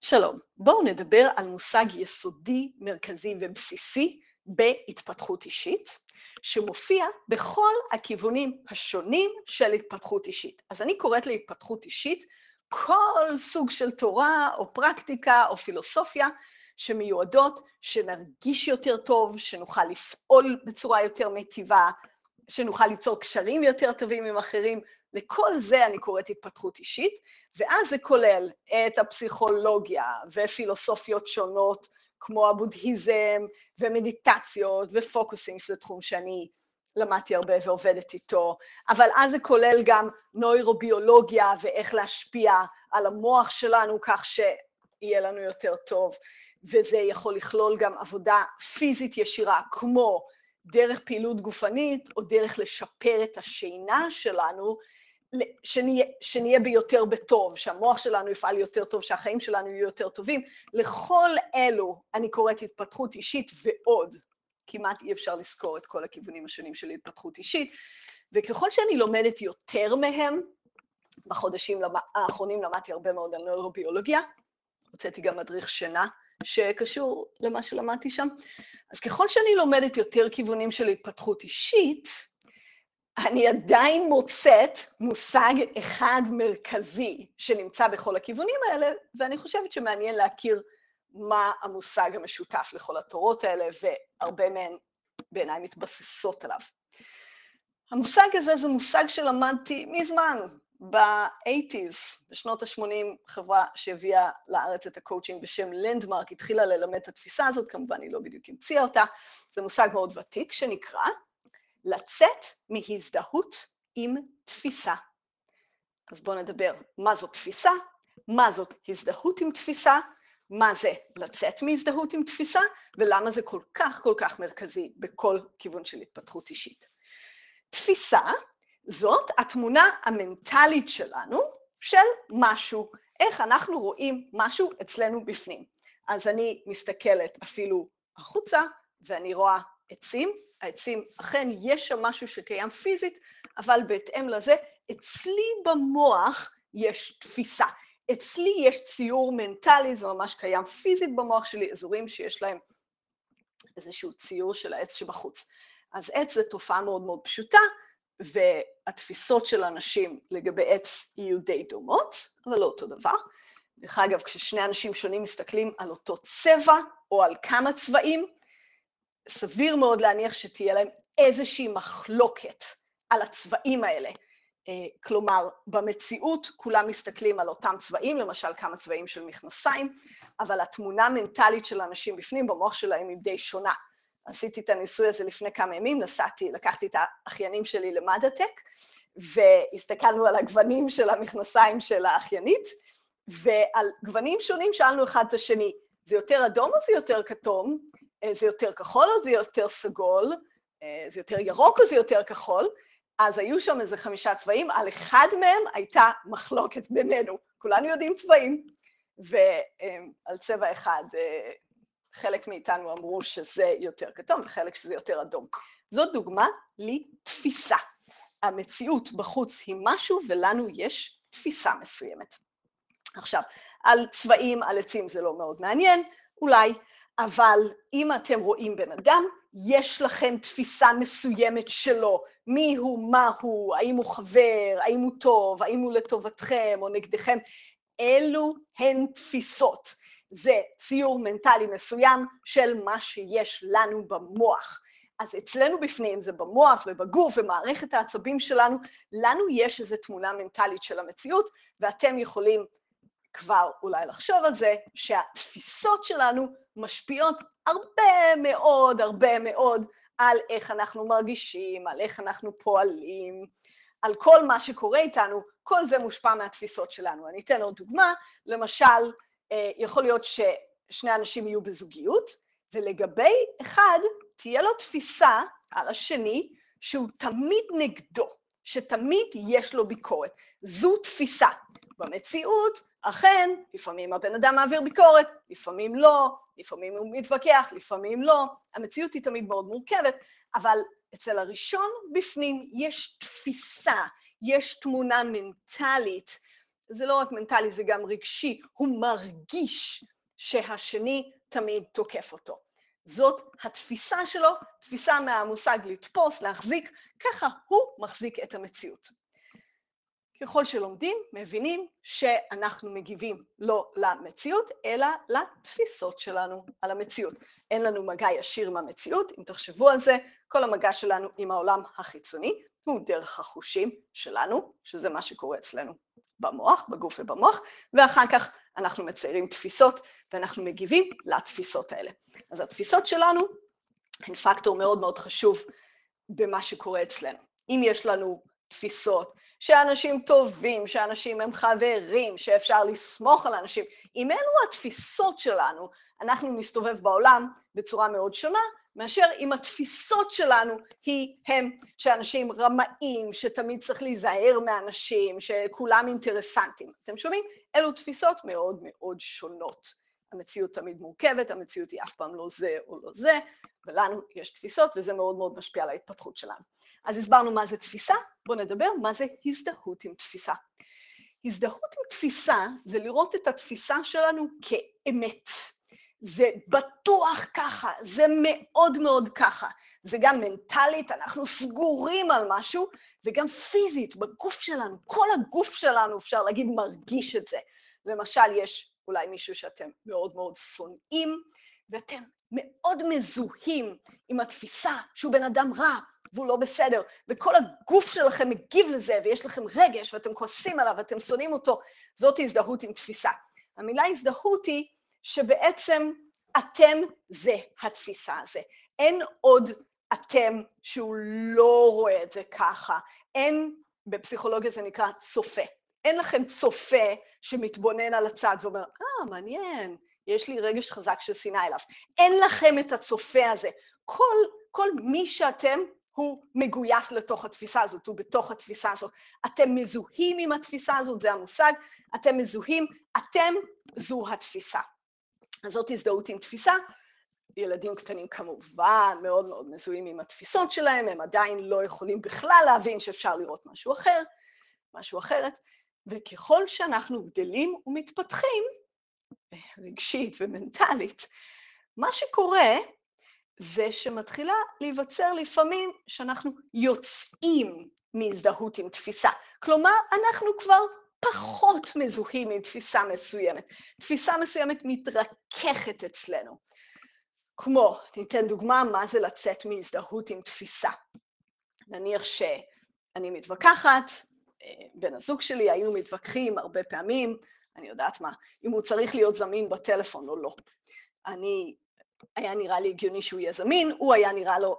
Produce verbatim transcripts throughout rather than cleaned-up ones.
שלום, בואו נדבר על מושג יסודי, מרכזי ובסיסי בהתפתחות אישית, שמופיע בכל הכיוונים השונים של התפתחות אישית. אז אני קוראת להתפתחות אישית כל סוג של תורה או פרקטיקה או פילוסופיה שמיועדות שנרגיש יותר טוב, שנוכל לפעול בצורה יותר מיטיבה, שנוכל ליצור קשרים יותר טובים עם אחרים. לכל זה אני קוראת התפתחות אישית, ואז זה כולל את הפסיכולוגיה ופילוסופיות שונות, כמו הבודהיזם ומדיטציות ופוקוסינג, שזה תחום שאני למדתי הרבה ועובדת איתו, אבל אז זה כולל גם נוירוביולוגיה ואיך להשפיע על המוח שלנו כך שיהיה לנו יותר טוב, וזה יכול לכלול גם עבודה פיזית ישירה, כמו דרך פעילות גופנית או דרך לשפר את השינה שלנו, שנהיה, שנהיה ביותר בטוב, שהמוח שלנו יפעל יותר טוב, שהחיים שלנו יהיו יותר טובים. לכל אלו אני קוראת התפתחות אישית ועוד. כמעט אי אפשר לזכור את כל הכיוונים השונים של התפתחות אישית, וככל שאני לומדת יותר מהם, בחודשים האחרונים למדתי הרבה מאוד על נוירוביולוגיה, הוצאתי גם מדריך שינה שקשור למה שלמדתי שם, אז ככל שאני לומדת יותר כיוונים של התפתחות אישית, אני עדיין מוצאת מושג אחד מרכזי שנמצא בכל הכיוונים האלה, ואני חושבת שמעניין להכיר מה המושג המשותף לכל התורות האלה, והרבה מהן בעיניי מתבססות עליו. המושג הזה זה מושג שלמדתי מזמן, ב-שמונים, בשנות ה-שמונים, חברה שהביאה לארץ את הקואוצ'ינג בשם לנדמרק, התחילה ללמד את התפיסה הזאת, כמובן היא לא בדיוק המציאה אותה, זה מושג מאוד ותיק שנקרא, לצאת מהזדהות עם תפיסה. אז בואו נדבר מה זאת תפיסה, מה זאת הזדהות עם תפיסה, מה זה לצאת מהזדהות עם תפיסה, ולמה זה כל כך כל כך מרכזי בכל כיוון של התפתחות אישית. תפיסה זאת התמונה המנטלית שלנו של משהו, איך אנחנו רואים משהו אצלנו בפנים. אז אני מסתכלת אפילו החוצה ואני רואה עצים, העצים אכן יש שם משהו שקיים פיזית, אבל בהתאם לזה אצלי במוח יש תפיסה. אצלי יש ציור מנטלי, זה ממש קיים פיזית במוח שלי, אזורים שיש להם איזשהו ציור של העץ שבחוץ. אז עץ זה תופעה מאוד מאוד פשוטה, והתפיסות של אנשים לגבי עץ יהיו די דומות, אבל לא אותו דבר. דרך אגב, כששני אנשים שונים מסתכלים על אותו צבע או על כמה צבעים, סביר מאוד להניח שתהיה להם איזושהי מחלוקת על הצבעים האלה. כלומר, במציאות כולם מסתכלים על אותם צבעים, למשל כמה צבעים של מכנסיים, אבל התמונה המנטלית של האנשים בפנים במוח שלהם היא די שונה. עשיתי את הניסוי הזה לפני כמה ימים, נסעתי, לקחתי את האחיינים שלי למדטק, והסתכלנו על הגוונים של המכנסיים של האחיינית, ועל גוונים שונים שאלנו אחד את השני, זה יותר אדום או זה יותר כתום? זה יותר כחול או זה יותר סגול? זה יותר ירוק או זה יותר כחול? אז היו שם איזה חמישה צבעים, על אחד מהם הייתה מחלוקת בינינו. כולנו יודעים צבעים, ועל צבע אחד חלק מאיתנו אמרו שזה יותר כתום וחלק שזה יותר אדום. זאת דוגמה לתפיסה. המציאות בחוץ היא משהו ולנו יש תפיסה מסוימת. עכשיו, על צבעים, על עצים זה לא מאוד מעניין, אולי, אבל אם אתם רואים בן אדם, יש לכם תפיסה מסוימת שלו, מי הוא, מה הוא, האם הוא חבר, האם הוא טוב, האם הוא לטובתכם או נגדכם, אלו הן תפיסות. זה ציור מנטלי מסוים של מה שיש לנו במוח. אז אצלנו בפנים, זה במוח ובגוף ומערכת העצבים שלנו, לנו יש איזו תמונה מנטלית של המציאות, ואתם יכולים כבר אולי לחשוב על זה, שהתפיסות שלנו משפיעות הרבה מאוד, הרבה מאוד, על איך אנחנו מרגישים, על איך אנחנו פועלים, על כל מה שקורה איתנו, כל זה מושפע מהתפיסות שלנו. אני אתן עוד דוגמה, למשל, יכול להיות ששני אנשים יהיו בזוגיות, ולגבי אחד תהיה לו תפיסה על השני שהוא תמיד נגדו, שתמיד יש לו ביקורת. זו תפיסה. במציאות, אכן, לפעמים הבן אדם מעביר ביקורת, לפעמים לא, לפעמים הוא מתווכח, לפעמים לא. המציאות היא תמיד מאוד מורכבת, אבל אצל הראשון בפנים יש תפיסה, יש תמונה מנטלית זה לא רק מנטלי, זה גם רגשי, הוא מרגיש שהשני תמיד תוקף אותו. זאת התפיסה שלו, תפיסה מהמושג לתפוס, להחזיק, ככה הוא מחזיק את המציאות. ככל שלומדים, מבינים שאנחנו מגיבים לא למציאות, אלא לתפיסות שלנו על המציאות. אין לנו מגע ישיר עם המציאות, אם תחשבו על זה, כל המגע שלנו עם העולם החיצוני הוא דרך החושים שלנו, שזה מה שקורה אצלנו במוח, בגוף ובמוח, ואחר כך אנחנו מציירים תפיסות ואנחנו מגיבים לתפיסות האלה. אז התפיסות שלנו הן פקטור מאוד מאוד חשוב במה שקורה אצלנו. אם יש לנו תפיסות שאנשים טובים, שאנשים הם חברים, שאפשר לסמוך על אנשים, אם אלו התפיסות שלנו, אנחנו נסתובב בעולם בצורה מאוד שונה, מאשר אם התפיסות שלנו היא הם שאנשים רמאים, שתמיד צריך להיזהר מאנשים, שכולם אינטרסנטים. אתם שומעים? אלו תפיסות מאוד מאוד שונות. המציאות תמיד מורכבת, המציאות היא אף פעם לא זה או לא זה, ולנו יש תפיסות, וזה מאוד מאוד משפיע על ההתפתחות שלנו. אז הסברנו מה זה תפיסה, בואו נדבר מה זה הזדהות עם תפיסה. הזדהות עם תפיסה זה לראות את התפיסה שלנו כאמת. זה בטוח ככה, זה מאוד מאוד ככה. זה גם מנטלית, אנחנו סגורים על משהו, וגם פיזית, בגוף שלנו, כל הגוף שלנו, אפשר להגיד, מרגיש את זה. למשל, יש אולי מישהו שאתם מאוד מאוד שונאים, ואתם מאוד מזוהים עם התפיסה שהוא בן אדם רע, והוא לא בסדר, וכל הגוף שלכם מגיב לזה, ויש לכם רגש, ואתם כועסים עליו, ואתם שונאים אותו, זאת הזדהות עם תפיסה. המילה הזדהות היא שבעצם אתם זה התפיסה הזה. אין עוד אתם שהוא לא רואה את זה ככה. אין, בפסיכולוגיה זה נקרא צופה. אין לכם צופה שמתבונן על הצד ואומר, אה, מעניין, יש לי רגש חזק של שנאה אליו. אין לכם את הצופה הזה. כל, כל מי שאתם הוא מגויס לתוך התפיסה הזאת, הוא בתוך התפיסה הזאת. אתם מזוהים עם התפיסה הזאת, זה המושג, אתם מזוהים, אתם זו התפיסה. אז זאת הזדהות עם תפיסה. ילדים קטנים כמובן מאוד מאוד מזוהים עם התפיסות שלהם, הם עדיין לא יכולים בכלל להבין שאפשר לראות משהו אחר, משהו אחרת, וככל שאנחנו גדלים ומתפתחים, רגשית ומנטלית, מה שקורה זה שמתחילה להיווצר לפעמים שאנחנו יוצאים מהזדהות עם תפיסה. כלומר, אנחנו כבר פחות מזוהים עם תפיסה מסוימת. תפיסה מסוימת מתרככת אצלנו. כמו, ניתן דוגמה, מה זה לצאת מהזדהות עם תפיסה. נניח שאני מתווכחת, בן הזוג שלי, היינו מתווכחים הרבה פעמים, אני יודעת מה, אם הוא צריך להיות זמין בטלפון או לא. אני, היה נראה לי הגיוני שהוא יהיה זמין, הוא היה נראה לו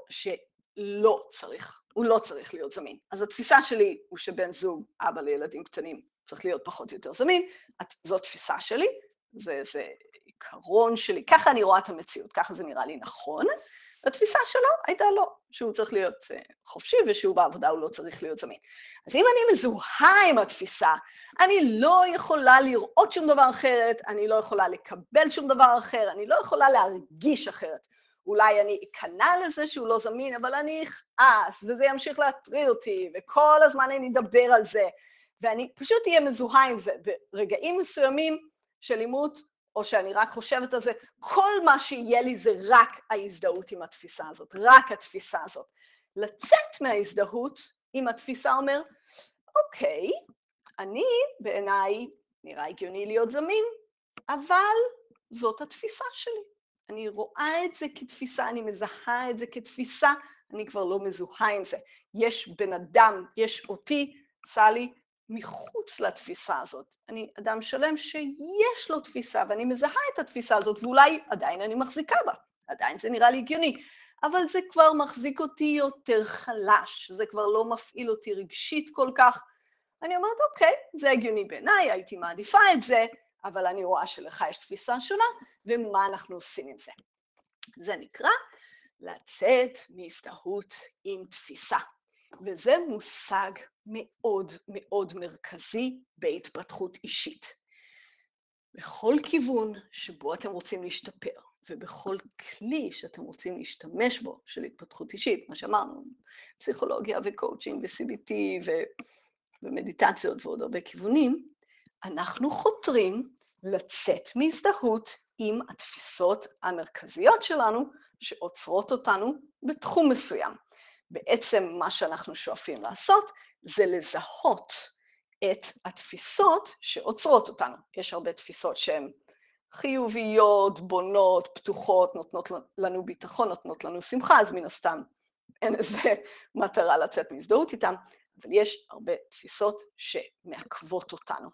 שלא צריך, הוא לא צריך להיות זמין. אז התפיסה שלי הוא שבן זוג, אבא לילדים קטנים, צריך להיות פחות או יותר זמין, זאת תפיסה שלי, זה, זה עיקרון שלי, ככה אני רואה את המציאות, ככה זה נראה לי נכון. התפיסה שלו הייתה לא, שהוא צריך להיות חופשי ושהוא בעבודה הוא לא צריך להיות זמין. אז אם אני מזוהה עם התפיסה, אני לא יכולה לראות שום דבר אחרת, אני לא יכולה לקבל שום דבר אחר, אני לא יכולה להרגיש אחרת. אולי אני אכנע לזה שהוא לא זמין, אבל אני אכעס, וזה ימשיך להטריד אותי, וכל הזמן אני אדבר על זה, ואני פשוט אהיה מזוהה עם זה. ברגעים מסוימים של לימוד, או שאני רק חושבת על זה, כל מה שיהיה לי זה רק ההזדהות עם התפיסה הזאת, רק התפיסה הזאת. לצאת מההזדהות עם התפיסה אומר, אוקיי, אני בעיניי נראה הגיוני להיות זמין, אבל זאת התפיסה שלי. אני רואה את זה כתפיסה, אני מזהה את זה כתפיסה, אני כבר לא מזוהה עם זה. יש בן אדם, יש אותי, סלי, מחוץ לתפיסה הזאת. אני אדם שלם שיש לו תפיסה, ואני מזהה את התפיסה הזאת, ואולי עדיין אני מחזיקה בה, עדיין זה נראה לי הגיוני, אבל זה כבר מחזיק אותי יותר חלש, זה כבר לא מפעיל אותי רגשית כל כך. אני אומרת, אוקיי, זה הגיוני בעיניי, הייתי מעדיפה את זה, אבל אני רואה שלך יש תפיסה שונה, ומה אנחנו עושים עם זה? זה נקרא לצאת מהזדהות עם תפיסה. וזה מושג מאוד מאוד מרכזי בהתפתחות אישית. בכל כיוון שבו אתם רוצים להשתפר, ובכל כלי שאתם רוצים להשתמש בו של התפתחות אישית, מה שאמרנו, פסיכולוגיה וקואוצ'ינג ו-סי בי טי ו- ומדיטציות ועוד הרבה כיוונים, אנחנו חותרים לצאת מהזדהות עם התפיסות המרכזיות שלנו שעוצרות אותנו בתחום מסוים. בעצם מה שאנחנו שואפים לעשות זה לזהות את התפיסות שעוצרות אותנו. יש הרבה תפיסות שהן חיוביות, בונות, פתוחות, נותנות לנו ביטחון, נותנות לנו שמחה, אז מן הסתם אין איזה מטרה לצאת מהזדהות איתן, אבל יש הרבה תפיסות שמעכבות אותנו.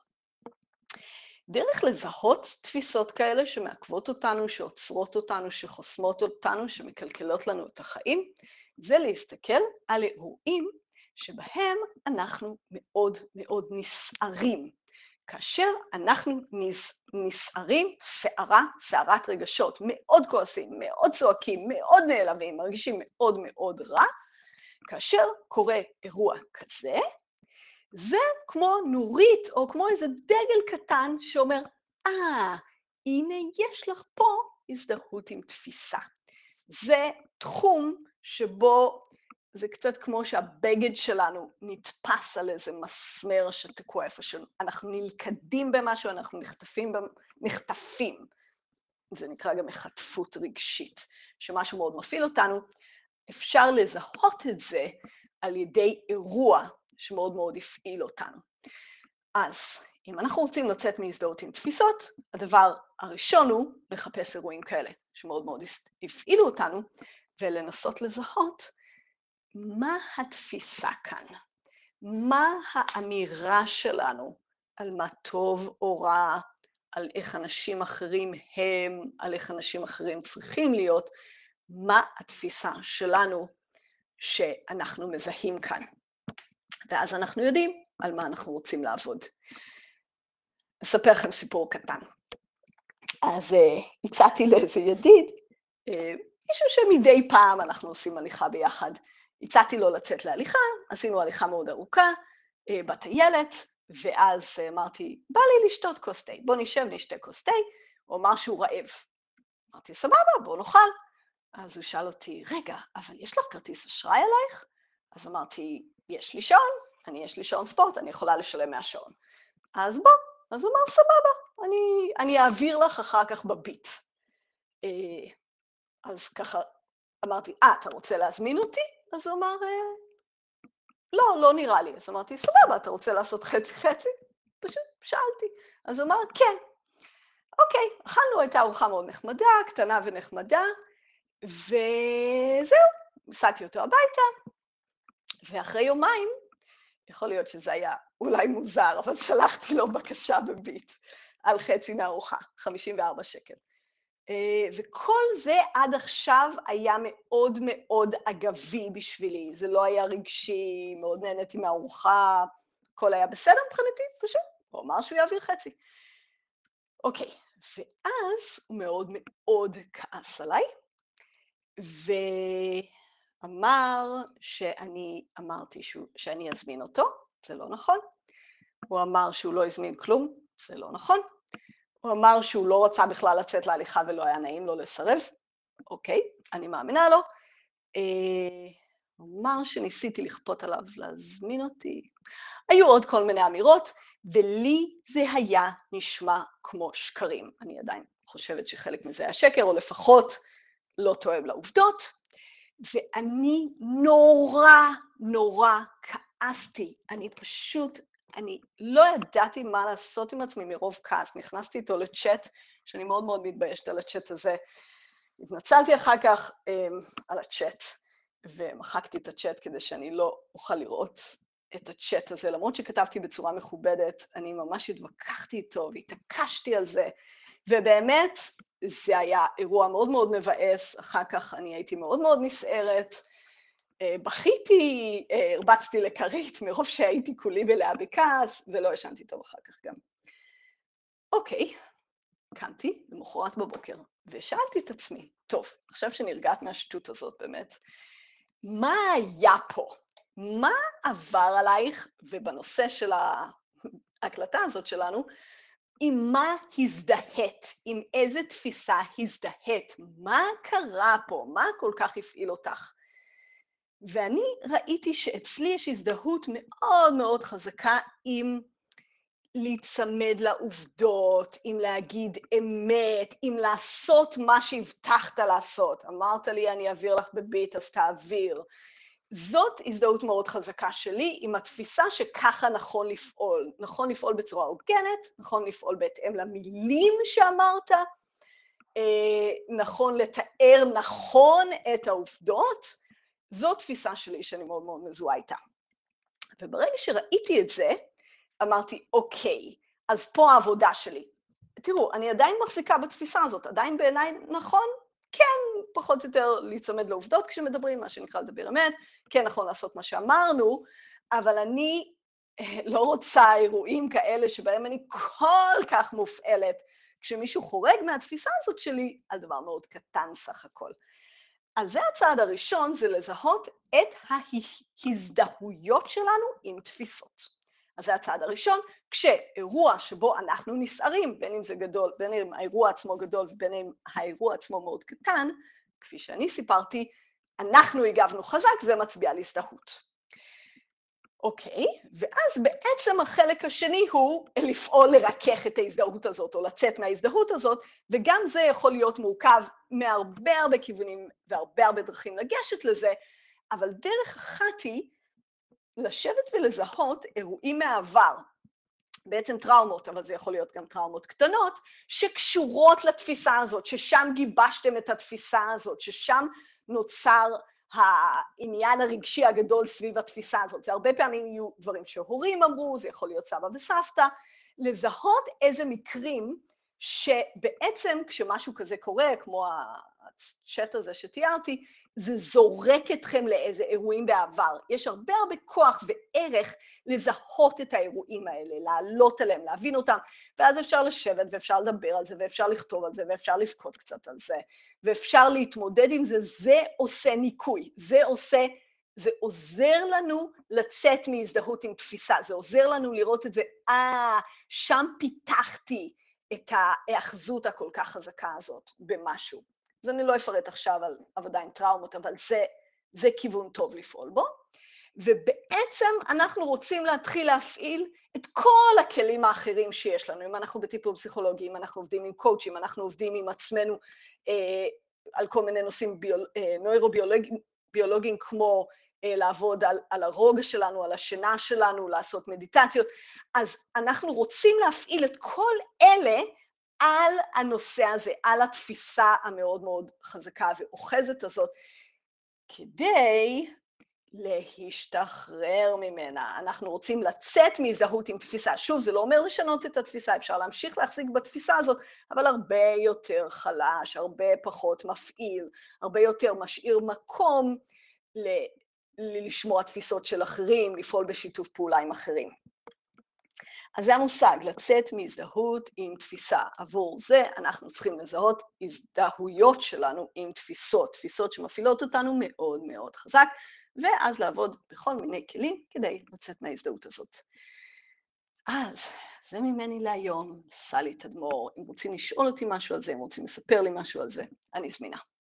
דרך לזהות תפיסות כאלה שמעכבות אותנו, שעוצרות אותנו, שחוסמות אותנו, שמקלקלות לנו את החיים, זה להסתכל על אירועים שבהם אנחנו מאוד מאוד נסערים. כאשר אנחנו נסערים, סערה, סערת רגשות, מאוד כועסים, מאוד צועקים, מאוד נעלבים, מרגישים מאוד מאוד רע, כאשר קורה אירוע כזה, זה כמו נורית או כמו איזה דגל קטן שאומר, אה, הנה יש לך פה הזדהות עם תפיסה. זה תחום שבו זה קצת כמו שהבגד שלנו נתפס על איזה מסמר שתקוע איפה שאנחנו נלכדים במשהו, אנחנו נחטפים, נחטפים. זה נקרא גם החטפות רגשית, שמשהו מאוד מפעיל אותנו. אפשר לזהות את זה על ידי אירוע שמאוד מאוד הפעיל אותנו. אז אם אנחנו רוצים לצאת מהזדהות עם תפיסות, הדבר הראשון הוא לחפש אירועים כאלה שמאוד מאוד הפעילו אותנו, ולנסות לזהות מה התפיסה כאן, מה האמירה שלנו על מה טוב או רע, על איך אנשים אחרים הם, על איך אנשים אחרים צריכים להיות, מה התפיסה שלנו שאנחנו מזהים כאן. ואז אנחנו יודעים על מה אנחנו רוצים לעבוד. אספר לכם סיפור קטן. אז uh, הצעתי לאיזה ידיד, uh, מישהו שמדי פעם אנחנו עושים הליכה ביחד. הצעתי לו לצאת להליכה, עשינו הליכה מאוד ארוכה, uh, בטיילת, ואז uh, אמרתי, בא לי לשתות כוס תה, בוא נשב, נשתה כוס תה, הוא אמר שהוא רעב. אמרתי, סבבה, בוא נאכל. אז הוא שאל אותי, רגע, אבל יש לך כרטיס אשראי עלייך? אז אמרתי, יש לי שעון, אני יש לי שעון ספורט, אני יכולה לשלם מהשעון. אז בוא, אז הוא אמר, סבבה, אני, אני אעביר לך אחר כך בביט. אז ככה אמרתי, אה, אתה רוצה להזמין אותי? אז הוא אמר, לא, לא נראה לי. אז אמרתי, סבבה, אתה רוצה לעשות חצי-חצי? פשוט שאלתי. אז הוא אמר, כן. אוקיי, אכלנו, הייתה ארוחה מאוד נחמדה, קטנה ונחמדה, וזהו, נסעתי אותו הביתה, ואחרי יומיים, יכול להיות שזה היה אולי מוזר, אבל שלחתי לו בקשה בביט על חצי מהארוחה, חמישים וארבעה שקל. וכל זה עד עכשיו היה מאוד מאוד אגבי בשבילי, זה לא היה רגשי, מאוד נהניתי מהארוחה, הכל היה בסדר מבחינתי, פשוט, הוא אמר שהוא יעביר חצי. אוקיי, ואז הוא מאוד מאוד כעס עליי, ואמר שאני אמרתי שהוא, שאני אזמין אותו, זה לא נכון. הוא אמר שהוא לא הזמין כלום, זה לא נכון. הוא אמר שהוא לא רצה בכלל לצאת להליכה ולא היה נעים לו לסרב. אוקיי, אני מאמינה לו. הוא אמר שניסיתי לכפות עליו להזמין אותי. היו עוד כל מיני אמירות, ולי זה היה נשמע כמו שקרים. אני עדיין חושבת שחלק מזה היה שקר, או לפחות לא תואם לעובדות. ואני נורא נורא כעסתי. אני פשוט, אני לא ידעתי מה לעשות עם עצמי מרוב כעס. נכנסתי איתו לצ'אט, שאני מאוד מאוד מתביישת על הצ'אט הזה. התנצלתי אחר כך um, על הצ'אט, ומחקתי את הצ'אט כדי שאני לא אוכל לראות את הצ'אט הזה. למרות שכתבתי בצורה מכובדת, אני ממש התווכחתי איתו והתעקשתי על זה. ובאמת, זה היה אירוע מאוד מאוד מבאס. אחר כך אני הייתי מאוד מאוד נסערת. בכיתי, הרבצתי לכרית מרוב שהייתי כולי בלאה בכעס, ולא ישנתי טוב אחר כך גם. אוקיי, קמתי למחרת בבוקר, ושאלתי את עצמי, טוב, עכשיו שנרגעת מהשטות הזאת באמת, מה היה פה? מה עבר עלייך, ובנושא של ההקלטה הזאת שלנו, עם מה הזדהית, עם איזה תפיסה הזדהית, מה קרה פה, מה כל כך הפעיל אותך? ואני ראיתי שאצלי יש הזדהות מאוד מאוד חזקה עם להיצמד לעובדות, אם להגיד אמת, אם לעשות מה שהבטחת לעשות. אמרת לי, אני אעביר לך בביט, אז תעביר. זאת הזדהות מאוד חזקה שלי עם התפיסה שככה נכון לפעול. נכון לפעול בצורה הוגנת, נכון לפעול בהתאם למילים שאמרת, נכון לתאר נכון את העובדות. זו תפיסה שלי שאני מאוד מאוד מזוהה איתה. וברגע שראיתי את זה, אמרתי, אוקיי, אז פה העבודה שלי. תראו, אני עדיין מחזיקה בתפיסה הזאת, עדיין בעיניי נכון, כן, פחות או יותר להיצמד לעובדות כשמדברים, מה שנקרא לדבר אמת, כן נכון לעשות מה שאמרנו, אבל אני לא רוצה אירועים כאלה שבהם אני כל כך מופעלת, כשמישהו חורג מהתפיסה הזאת שלי, על דבר מאוד קטן סך הכל. אז זה הצעד הראשון, זה לזהות את ההזדהויות שלנו עם תפיסות. אז זה הצעד הראשון, כשאירוע שבו אנחנו נסערים, בין אם זה גדול, בין אם האירוע עצמו גדול ובין אם האירוע עצמו מאוד קטן, כפי שאני סיפרתי, אנחנו הגבנו חזק, זה מצביע על הזדהות. אוקיי, ואז בעצם החלק השני הוא לפעול לרכך את ההזדהות הזאת, או לצאת מההזדהות הזאת, וגם זה יכול להיות מורכב מהרבה הרבה כיוונים והרבה הרבה דרכים לגשת לזה, אבל דרך אחת היא לשבת ולזהות אירועים מהעבר, בעצם טראומות, אבל זה יכול להיות גם טראומות קטנות, שקשורות לתפיסה הזאת, ששם גיבשתם את התפיסה הזאת, ששם נוצר העניין הרגשי הגדול סביב התפיסה הזאת. זה הרבה פעמים יהיו דברים שהורים אמרו, זה יכול להיות סבא וסבתא, לזהות איזה מקרים שבעצם כשמשהו כזה קורה, כמו הצ'אט הזה שתיארתי, זה זורק אתכם לאיזה אירועים בעבר. יש הרבה הרבה כוח וערך לזהות את האירועים האלה, לעלות עליהם, להבין אותם, ואז אפשר לשבת ואפשר לדבר על זה, ואפשר לכתוב על זה, ואפשר לבכות קצת על זה, ואפשר להתמודד עם זה, זה עושה ניקוי, זה עושה, זה עוזר לנו לצאת מהזדהות עם תפיסה, זה עוזר לנו לראות את זה, אה, שם פיתחתי את ההאחזות הכל כך חזקה הזאת במשהו. אז אני לא אפרט עכשיו על עבודה עם טראומות, אבל זה, זה כיוון טוב לפעול בו. ובעצם אנחנו רוצים להתחיל להפעיל את כל הכלים האחרים שיש לנו. אם אנחנו בטיפול פסיכולוגי, אם אנחנו עובדים עם קואוצ'ים, אנחנו עובדים עם עצמנו אה, על כל מיני נושאים ביול, אה, נוירוביולוגיים, כמו אה, לעבוד על, על הרוגע שלנו, על השינה שלנו, לעשות מדיטציות. אז אנחנו רוצים להפעיל את כל אלה על הנושא הזה, על התפיסה המאוד מאוד חזקה ואוחזת הזאת, כדי להשתחרר ממנה. אנחנו רוצים לצאת מהזדהות עם תפיסה. שוב, זה לא אומר לשנות את התפיסה, אפשר להמשיך להחזיק בתפיסה הזאת, אבל הרבה יותר חלש, הרבה פחות מפעיל, הרבה יותר משאיר מקום ל- לשמוע תפיסות של אחרים, לפעול בשיתוף פעולה עם אחרים. אז זה המושג, לצאת מהזדהות עם תפיסה. עבור זה אנחנו צריכים לזהות הזדהויות שלנו עם תפיסות, תפיסות שמפעילות אותנו מאוד מאוד חזק, ואז לעבוד בכל מיני כלים כדי לצאת מההזדהות הזאת. אז זה ממני להיום, סלי תדמור. אם רוצים לשאול אותי משהו על זה, אם רוצים לספר לי משהו על זה, אני זמינה.